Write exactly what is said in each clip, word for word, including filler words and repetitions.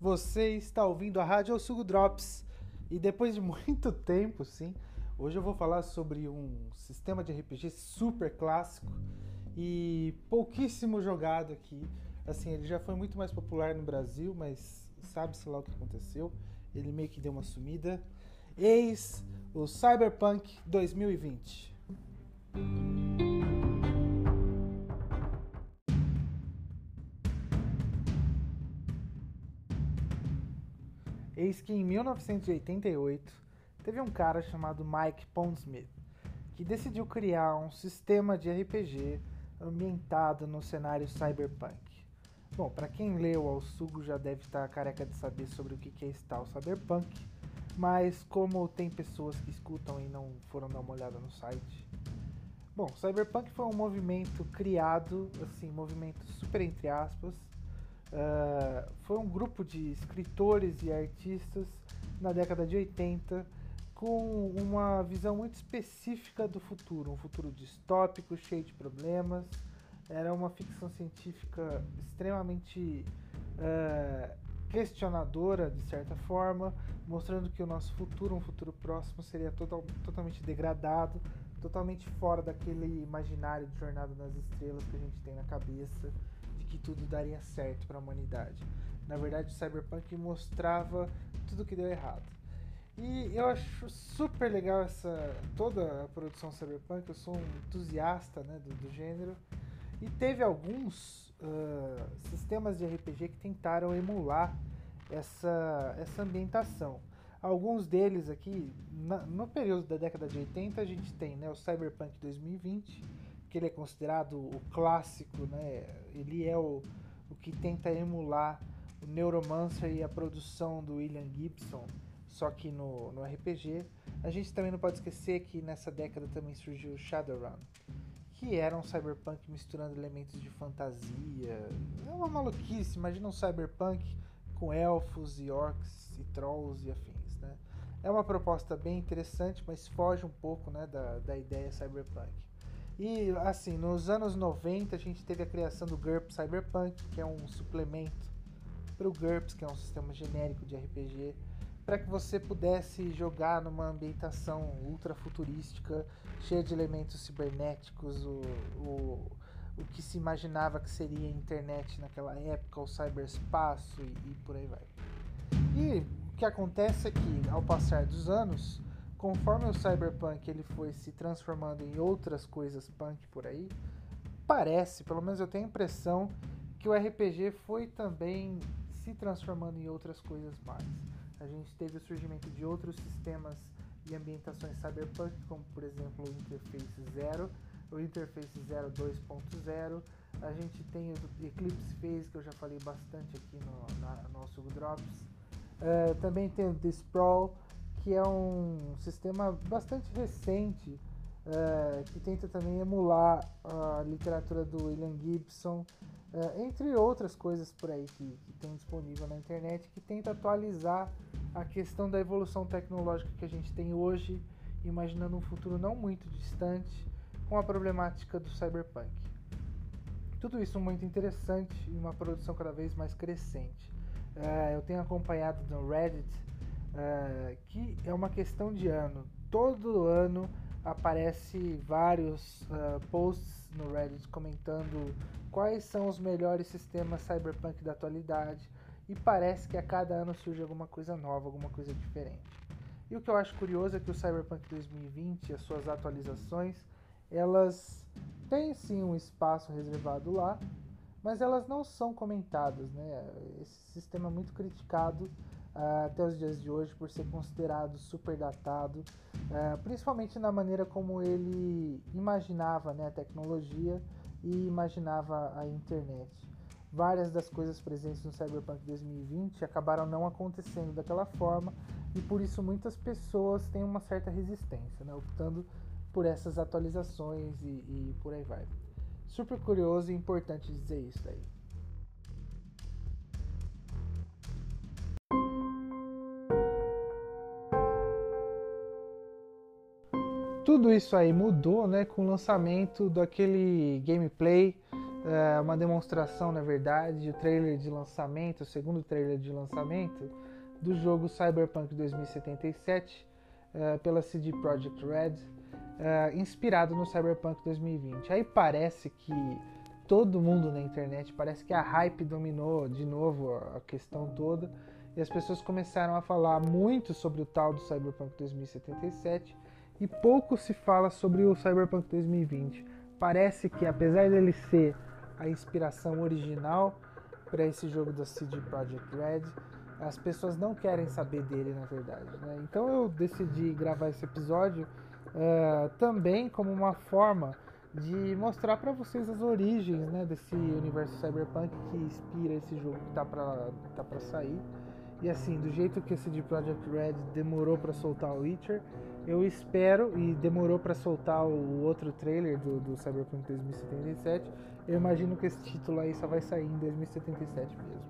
Você está ouvindo a Rádio Sugo Drops e depois de muito tempo, sim, hoje eu vou falar sobre um sistema de R P G super clássico e pouquíssimo jogado aqui. Assim, ele já foi muito mais popular no Brasil, mas sabe-se lá o que aconteceu. Ele meio que deu uma sumida. Eis o Cyberpunk dois mil e vinte. Eis que em mil novecentos e oitenta e oito teve um cara chamado Mike Pondsmith que decidiu criar um sistema de R P G ambientado no cenário cyberpunk. Bom, para quem leu ao sugo já deve estar careca de saber sobre o que é esse tal cyberpunk, mas como tem pessoas que escutam e não foram dar uma olhada no site. Bom, cyberpunk foi um movimento criado, assim, movimento super entre aspas, uh, foi um grupo de escritores e artistas na década de oitenta com uma visão muito específica do futuro, um futuro distópico, cheio de problemas. Era uma ficção científica extremamente uh, questionadora, de certa forma, mostrando que o nosso futuro, um futuro próximo, seria total, totalmente degradado, totalmente fora daquele imaginário de Jornada nas Estrelas que a gente tem na cabeça, de que tudo daria certo para a humanidade. Na verdade, o Cyberpunk mostrava tudo que deu errado. E eu acho super legal essa toda a produção Cyberpunk. Eu sou um entusiasta, né, do, do gênero. E teve alguns uh, sistemas de R P G que tentaram emular essa, essa ambientação. Alguns deles aqui, na, no período da década de oitenta, a gente tem, né, o Cyberpunk dois mil e vinte, que ele é considerado o clássico, né, ele é o, o que tenta emular o Neuromancer e a produção do William Gibson, só que no, no R P G. A gente também não pode esquecer que nessa década também surgiu o Shadowrun, que era um cyberpunk misturando elementos de fantasia. É uma maluquice, imagina um cyberpunk com elfos e orcs e trolls e afins, né? É uma proposta bem interessante, mas foge um pouco, né, da, da ideia cyberpunk. E assim, nos anos noventa a gente teve a criação do GURPS Cyberpunk, que é um suplemento para o GURPS, que é um sistema genérico de R P G, para que você pudesse jogar numa ambientação ultra futurística, cheia de elementos cibernéticos, o, o, o que se imaginava que seria a internet naquela época, o cyberespaço e, e por aí vai. E o que acontece é que, ao passar dos anos, conforme o cyberpunk ele foi se transformando em outras coisas punk por aí, parece, pelo menos eu tenho a impressão, que o R P G foi também se transformando em outras coisas mais. A gente teve o surgimento de outros sistemas e ambientações cyberpunk, como por exemplo o Interface Zero, o Interface Zero dois ponto zero. A gente tem o Eclipse Phase, que eu já falei bastante aqui no, na, no nosso Drops. Uh, também tem o The Sprawl, que é um sistema bastante recente, uh, que tenta também emular a literatura do William Gibson, uh, entre outras coisas por aí que, que tem disponível na internet, que tenta atualizar a questão da evolução tecnológica que a gente tem hoje, imaginando um futuro não muito distante, com a problemática do cyberpunk. Tudo isso muito interessante e uma produção cada vez mais crescente. Uh, eu tenho acompanhado no Reddit, uh, que é uma questão de ano. Todo ano aparece vários uh, posts no Reddit comentando quais são os melhores sistemas cyberpunk da atualidade, e parece que a cada ano surge alguma coisa nova, alguma coisa diferente. E o que eu acho curioso é que o Cyberpunk dois mil e vinte e as suas atualizações, elas têm sim um espaço reservado lá, mas elas não são comentadas, né? Esse sistema é muito criticado uh, até os dias de hoje por ser considerado super datado, uh, principalmente na maneira como ele imaginava, né, a tecnologia e imaginava a internet. Várias das coisas presentes no Cyberpunk dois mil e vinte acabaram não acontecendo daquela forma, e por isso muitas pessoas têm uma certa resistência, né, optando por essas atualizações e, e por aí vai. Super curioso e importante dizer isso daí. Tudo isso aí mudou, né, com o lançamento daquele gameplay é, uma demonstração, na verdade, o trailer de lançamento, o segundo trailer de lançamento do jogo Cyberpunk dois mil e setenta e sete, é, pela C D Projekt Red, é, inspirado no Cyberpunk dois mil e vinte. Aí parece que todo mundo na internet, parece que a hype dominou de novo a questão toda, e as pessoas começaram a falar muito sobre o tal do Cyberpunk dois mil e setenta e sete, e pouco se fala sobre o Cyberpunk dois mil e vinte. Parece que, apesar dele ser a inspiração original para esse jogo da C D Projekt Red, as pessoas não querem saber dele, na verdade, né? Então eu decidi gravar esse episódio uh, também como uma forma de mostrar para vocês as origens, né, desse universo cyberpunk que inspira esse jogo que tá para tá para sair. E assim, do jeito que a C D Projekt Red demorou para soltar o Witcher, eu espero, e demorou para soltar o outro trailer do, do Cyberpunk dois mil e setenta e sete, eu imagino que esse título aí só vai sair em dois mil e setenta e sete mesmo.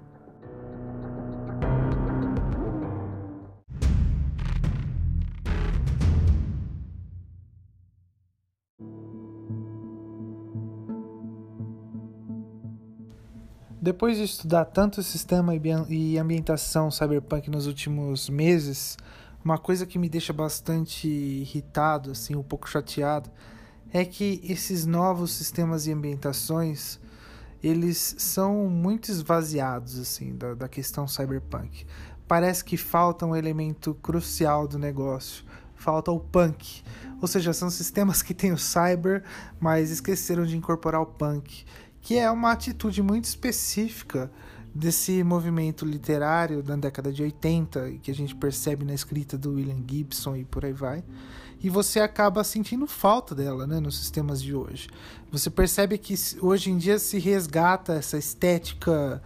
Depois de estudar tanto o sistema e ambientação cyberpunk nos últimos meses, uma coisa que me deixa bastante irritado, assim, um pouco chateado, é que esses novos sistemas e ambientações, eles são muito esvaziados, assim, da, da questão cyberpunk. Parece que falta um elemento crucial do negócio, falta o punk. Ou seja, são sistemas que têm o cyber, mas esqueceram de incorporar o punk, que é uma atitude muito específica desse movimento literário da década de oitenta, que a gente percebe na escrita do William Gibson e por aí vai, e você acaba sentindo falta dela, né, nos sistemas de hoje. Você percebe que hoje em dia se resgata essa estética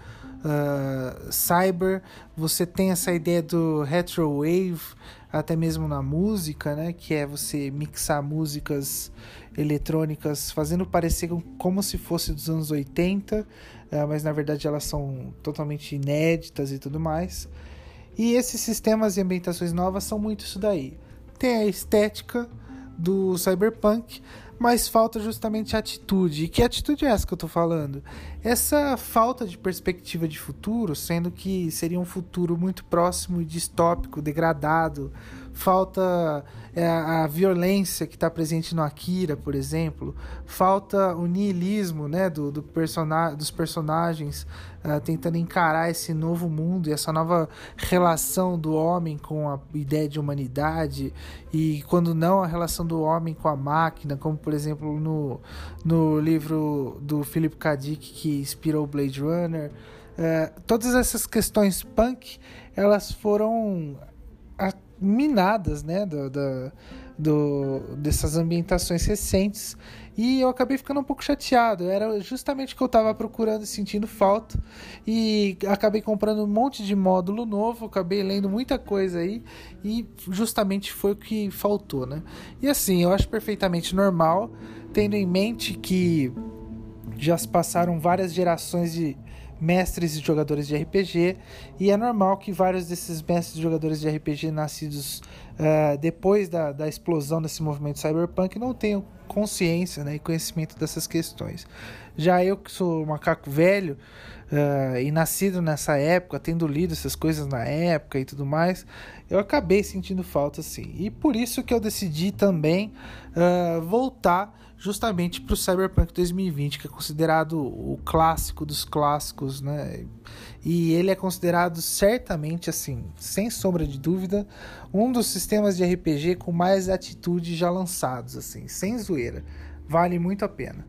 uh, cyber, você tem essa ideia do retrowave, até mesmo na música, né, que é você mixar músicas eletrônicas fazendo parecer como se fosse dos anos oitenta, uh, mas na verdade elas são totalmente inéditas e tudo mais. E esses sistemas e ambientações novas são muito isso daí. Tem a estética do cyberpunk, mas falta justamente a atitude. E que atitude é essa que eu tô falando? Essa falta de perspectiva de futuro, sendo que seria um futuro muito próximo e distópico, degradado. Falta é, a violência que está presente no Akira, por exemplo. Falta o niilismo, né, do, do persona- dos personagens uh, tentando encarar esse novo mundo e essa nova relação do homem com a ideia de humanidade, e quando não, a relação do homem com a máquina, como por exemplo no, no livro do Philip K. Dick que inspirou Blade Runner. Uh, todas essas questões punk, elas foram minadas, né, do, do, do, dessas ambientações recentes, e eu acabei ficando um pouco chateado. Era justamente o que eu estava procurando e sentindo falta, e acabei comprando um monte de módulo novo, acabei lendo muita coisa aí, e justamente foi o que faltou, né? E assim, eu acho perfeitamente normal, tendo em mente que já se passaram várias gerações de mestres e jogadores de R P G, e é normal que vários desses mestres e jogadores de R P G nascidos uh, depois da, da explosão desse movimento cyberpunk não tenham consciência, né, e conhecimento dessas questões. Já eu, que sou um macaco velho uh, e nascido nessa época, tendo lido essas coisas na época e tudo mais, eu acabei sentindo falta, sim. E por isso que eu decidi também uh, voltar justamente para o Cyberpunk dois mil e vinte, que é considerado o clássico dos clássicos, né? E ele é considerado certamente, assim, sem sombra de dúvida, um dos sistemas de R P G com mais atitude já lançados, assim, sem zoeira. Vale muito a pena.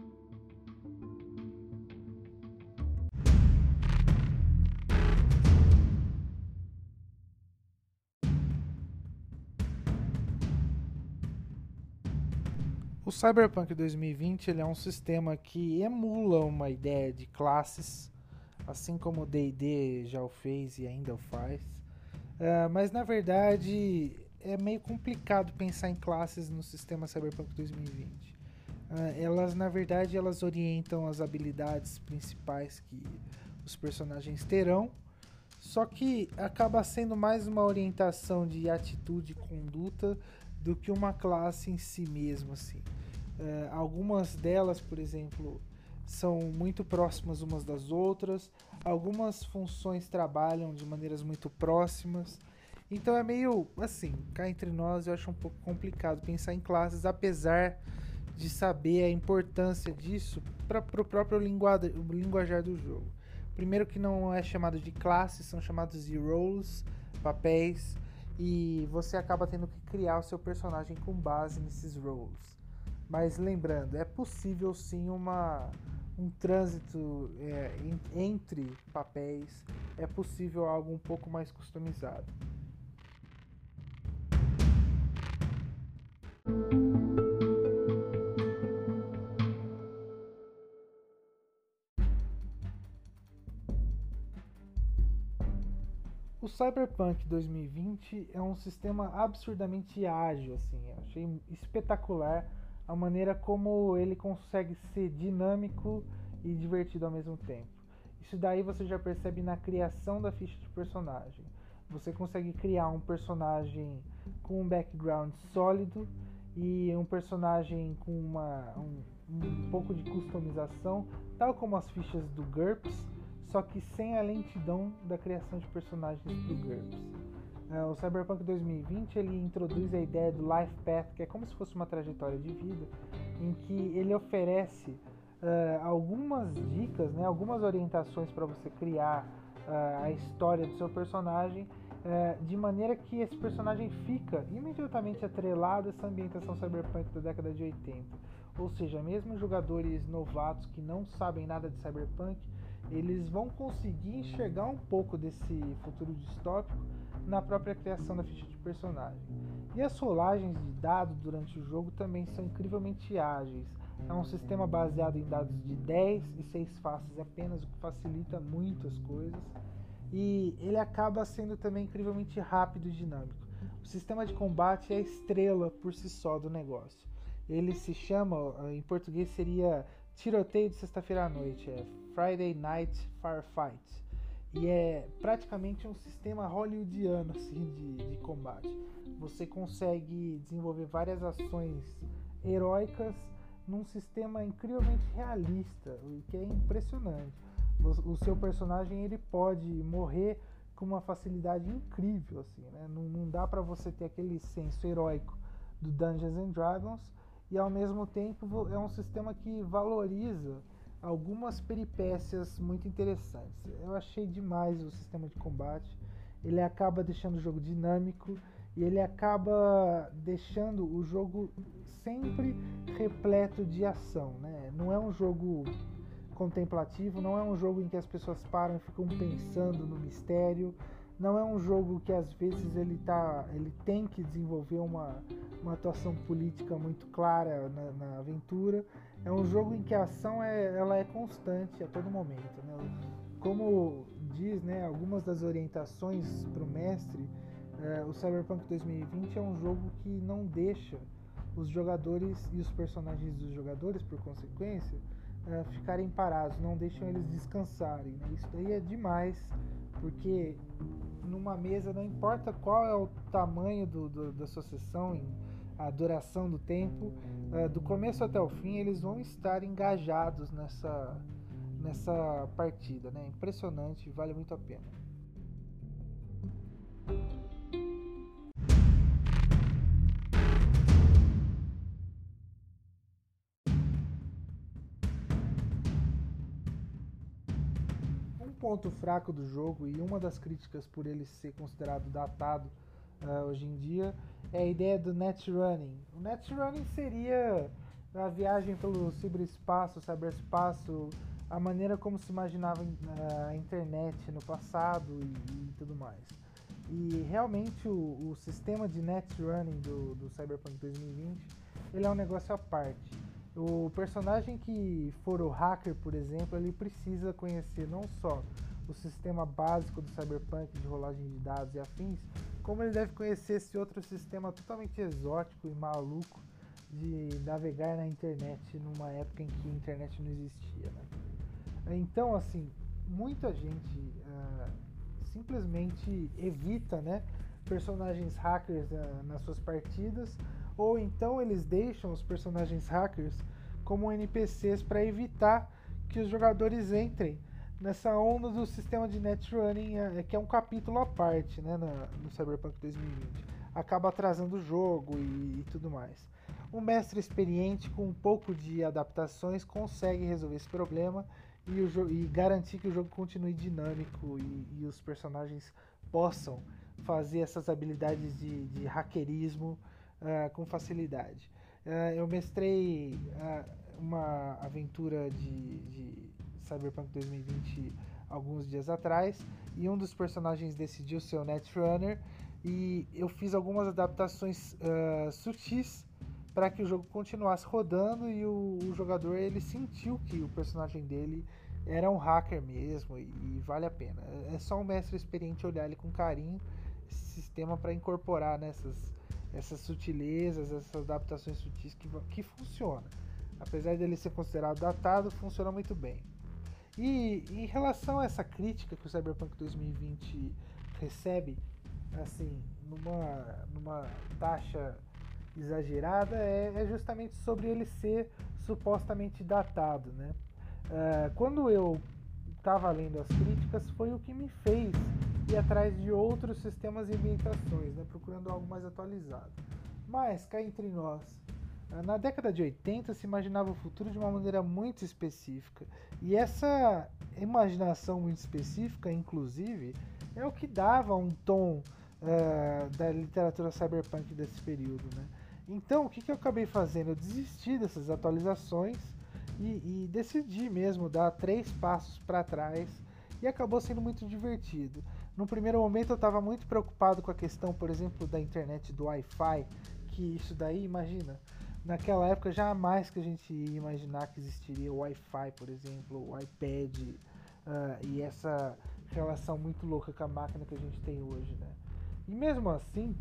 O Cyberpunk dois mil e vinte ele é um sistema que emula uma ideia de classes, assim como o D e D já o fez e ainda o faz. Uh, mas na verdade é meio complicado pensar em classes no sistema Cyberpunk dois mil e vinte. Uh, elas na verdade elas orientam as habilidades principais que os personagens terão, só que acaba sendo mais uma orientação de atitude e conduta do que uma classe em si mesmo, assim. Uh, algumas delas, por exemplo, são muito próximas umas das outras, algumas funções trabalham de maneiras muito próximas. Então é meio assim, cá entre nós eu acho um pouco complicado pensar em classes, apesar de saber a importância disso para o próprio linguajar do jogo. Primeiro que não é chamado de classes, são chamados de roles, papéis, e você acaba tendo que criar o seu personagem com base nesses roles. Mas lembrando, é possível sim uma, um trânsito é, entre papéis, é possível algo um pouco mais customizado. O Cyberpunk dois mil e vinte é um sistema absurdamente ágil, assim, eu achei espetacular a maneira como ele consegue ser dinâmico e divertido ao mesmo tempo. Isso daí você já percebe na criação da ficha de personagem. Você consegue criar um personagem com um background sólido e um personagem com uma, um, um pouco de customização, tal como as fichas do GURPS, só que sem a lentidão da criação de personagens do GURPS. Uh, o Cyberpunk dois mil e vinte ele introduz a ideia do Life Path, que é como se fosse uma trajetória de vida, em que ele oferece uh, algumas dicas, né, algumas orientações para você criar uh, a história do seu personagem, uh, de maneira que esse personagem fica imediatamente atrelado a essa ambientação cyberpunk da década de oitenta. Ou seja, mesmo jogadores novatos que não sabem nada de cyberpunk, eles vão conseguir enxergar um pouco desse futuro distópico na própria criação da ficha de personagem. E as rolagens de dados durante o jogo também são incrivelmente ágeis. É um sistema baseado em dados de dez e seis faces apenas, o que facilita muito as coisas. E ele acaba sendo também incrivelmente rápido e dinâmico. O sistema de combate é a estrela por si só do negócio. Ele se chama, em português seria tiroteio de sexta-feira à noite, é Friday Night Firefight. E é praticamente um sistema hollywoodiano assim, de, de combate. Você consegue desenvolver várias ações heróicas num sistema incrivelmente realista, o que é impressionante. O seu personagem ele pode morrer com uma facilidade incrível, assim, né? Não, não dá para você ter aquele senso heróico do Dungeons and Dragons e ao mesmo tempo é um sistema que valoriza algumas peripécias muito interessantes. Eu achei demais o sistema de combate. Ele acaba deixando o jogo dinâmico e ele acaba deixando o jogo sempre repleto de ação, né? Não é um jogo contemplativo, não é um jogo em que as pessoas param e ficam pensando no mistério, não é um jogo que às vezes ele, tá, ele tem que desenvolver uma, uma atuação política muito clara na, na aventura. É um jogo em que a ação é, ela é constante a todo momento, né? Como diz, né, algumas das orientações para o mestre, é, o Cyberpunk dois mil e vinte é um jogo que não deixa os jogadores e os personagens dos jogadores, por consequência, é, ficarem parados, não deixam eles descansarem, né? Isso daí é demais, porque numa mesa não importa qual é o tamanho do, do, da sua sessão, a duração do tempo, uh, do começo até o fim eles vão estar engajados nessa, nessa partida, né? Impressionante, vale muito a pena. Um ponto fraco do jogo e uma das críticas por ele ser considerado datado uh, hoje em dia é a ideia do netrunning. O netrunning seria a viagem pelo ciberespaço, cyberespaço, a maneira como se imaginava a internet no passado e, e tudo mais. E realmente o, o sistema de netrunning do, do Cyberpunk dois mil e vinte ele é um negócio à parte. O personagem que for o hacker, por exemplo, ele precisa conhecer não só o sistema básico do Cyberpunk de rolagem de dados e afins, como ele deve conhecer esse outro sistema totalmente exótico e maluco de navegar na internet numa época em que a internet não existia, né? Então, assim, muita gente uh, simplesmente evita, né, personagens hackers uh, nas suas partidas, ou então eles deixam os personagens hackers como N P Cs para evitar que os jogadores entrem nessa onda do sistema de netrunning, é, que é um capítulo à parte, né, na, no Cyberpunk dois mil e vinte. Acaba atrasando o jogo e, e tudo mais. Um mestre experiente com um pouco de adaptações consegue resolver esse problema e, o e garantir que o jogo continue dinâmico e, e os personagens possam fazer essas habilidades de, de hackerismo uh, com facilidade. Uh, eu mestrei uh, uma aventura de, de Cyberpunk dois mil e vinte alguns dias atrás e um dos personagens decidiu ser o Netrunner e eu fiz algumas adaptações uh, sutis para que o jogo continuasse rodando e o, o jogador ele sentiu que o personagem dele era um hacker mesmo e, e vale a pena. É só um mestre experiente olhar ele com carinho esse sistema para incorporar nessas essas sutilezas, essas adaptações sutis que, que funciona. Apesar dele ser considerado datado, funciona muito bem. E em relação a essa crítica que o Cyberpunk dois mil e vinte recebe, assim, numa, numa taxa exagerada, é, é justamente sobre ele ser supostamente datado, né? Uh, quando eu estava lendo as críticas, foi o que me fez ir atrás de outros sistemas e ambientações, né, procurando algo mais atualizado. Mas, cá entre nós, na década de oitenta se imaginava o futuro de uma maneira muito específica. E essa imaginação muito específica, inclusive, é o que dava um tom uh, da literatura cyberpunk desse período, né? Então, o que, que eu acabei fazendo? Eu desisti dessas atualizações e, e decidi mesmo dar três passos para trás e acabou sendo muito divertido. No primeiro momento eu estava muito preocupado com a questão, por exemplo, da internet, do Wi-Fi, que isso daí, imagina, naquela época jamais que a gente ia imaginar que existiria o Wi-Fi, por exemplo, o iPad, uh, e essa relação muito louca com a máquina que a gente tem hoje, né? E mesmo assim,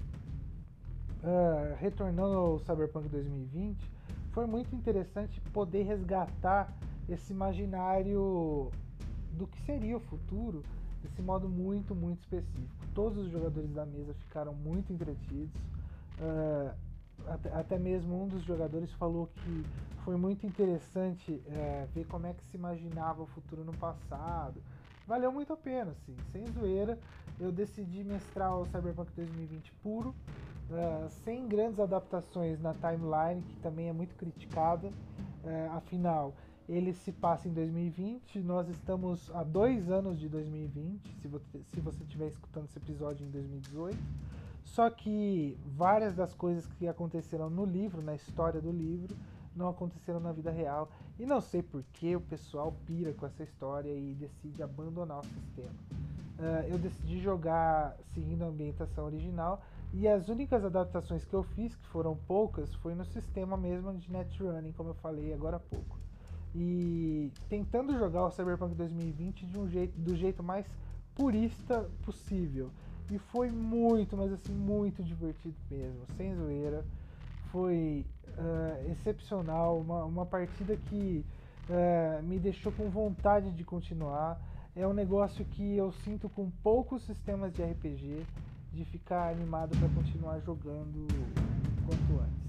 uh, retornando ao Cyberpunk dois mil e vinte, foi muito interessante poder resgatar esse imaginário do que seria o futuro desse modo muito, muito específico. Todos os jogadores da mesa ficaram muito entretidos. Uh, até, até mesmo um dos jogadores falou que foi muito interessante uh, ver como é que se imaginava o futuro no passado. Valeu muito a pena, assim, sem zoeira. Eu decidi mestrar o Cyberpunk dois mil e vinte puro, uh, sem grandes adaptações na timeline, que também é muito criticada. Uh, afinal, ele se passa em dois mil e vinte, nós estamos há dois anos de dois mil e vinte, se você, se você estiver escutando esse episódio em dois mil e dezoito. Só que várias das coisas que aconteceram no livro, na história do livro, não aconteceram na vida real. E não sei por que o pessoal pira com essa história e decide abandonar o sistema. Uh, eu decidi jogar seguindo a ambientação original e as únicas adaptações que eu fiz, que foram poucas, foi no sistema mesmo de netrunning, como eu falei agora há pouco. E tentando jogar o Cyberpunk dois mil e vinte de um jeito, do jeito mais purista possível. E foi muito, mas assim, muito divertido mesmo, sem zoeira. Foi uh, excepcional, uma, uma partida que uh, me deixou com vontade de continuar. É um negócio que eu sinto com poucos sistemas de R P G, de ficar animado para continuar jogando o quanto antes.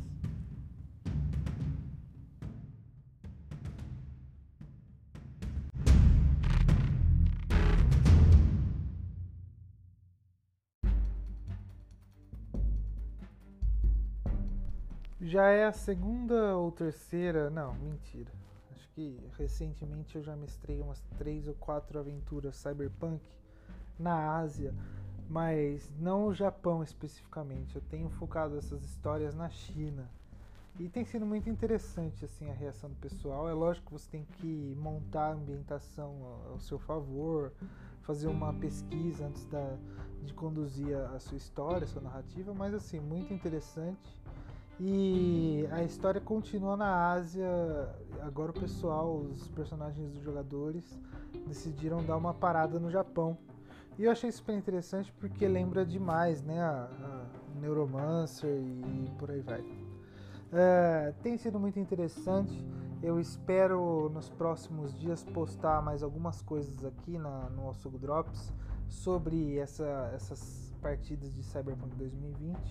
Já é a segunda ou terceira, não, mentira. Acho que recentemente eu já mestrei umas três ou quatro aventuras cyberpunk na Ásia, mas não o Japão especificamente. Eu tenho focado essas histórias na China. E tem sido muito interessante assim a reação do pessoal. É lógico que você tem que montar a ambientação ao seu favor, fazer uma pesquisa antes da, de conduzir a, a sua história, a sua narrativa, mas assim, muito interessante. E a história continua na Ásia. Agora o pessoal, os personagens dos jogadores decidiram dar uma parada no Japão. E eu achei super interessante porque lembra demais, né, a, a Neuromancer e por aí vai. É, tem sido muito interessante. Eu espero nos próximos dias postar mais algumas coisas aqui na, no Osogo Drops sobre essa, essas partidas de Cyberpunk dois mil e vinte.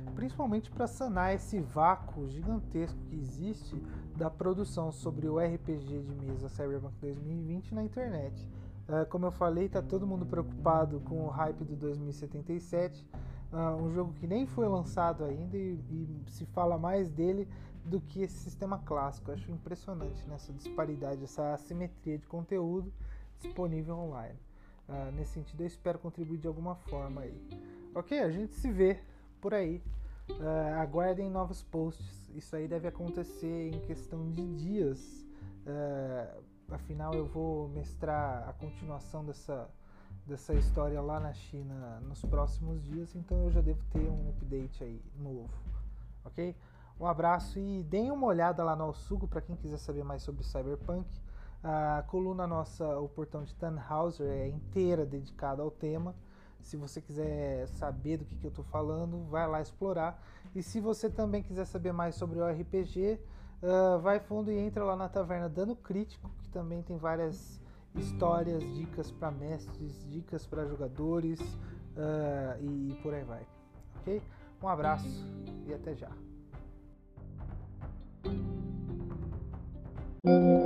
principalmente para sanar esse vácuo gigantesco que existe da produção sobre o R P G de mesa Cyberpunk dois mil e vinte na internet. Uh, como eu falei, tá todo mundo preocupado com o hype do dois mil e setenta e sete, uh, um jogo que nem foi lançado ainda e, e se fala mais dele do que esse sistema clássico. Eu acho impressionante nessa disparidade, essa assimetria de conteúdo disponível online. Uh, nesse sentido, eu espero contribuir de alguma forma aí. Ok, a gente se vê por aí. Uh, aguardem novos posts. Isso aí deve acontecer em questão de dias. Uh, afinal, eu vou mestrar a continuação dessa, dessa história lá na China nos próximos dias, então eu já devo ter um update aí novo. Ok? Um abraço e deem uma olhada lá no Alsugo para quem quiser saber mais sobre Cyberpunk. A coluna nossa, o Portão de Tannhauser, é inteira dedicada ao tema. Se você quiser saber do que, que eu estou falando, vai lá explorar. E se você também quiser saber mais sobre o R P G, uh, vai fundo e entra lá na taverna Dano Crítico, que também tem várias histórias, dicas para mestres, dicas para jogadores uh, e por aí vai. Ok? Um abraço e até já.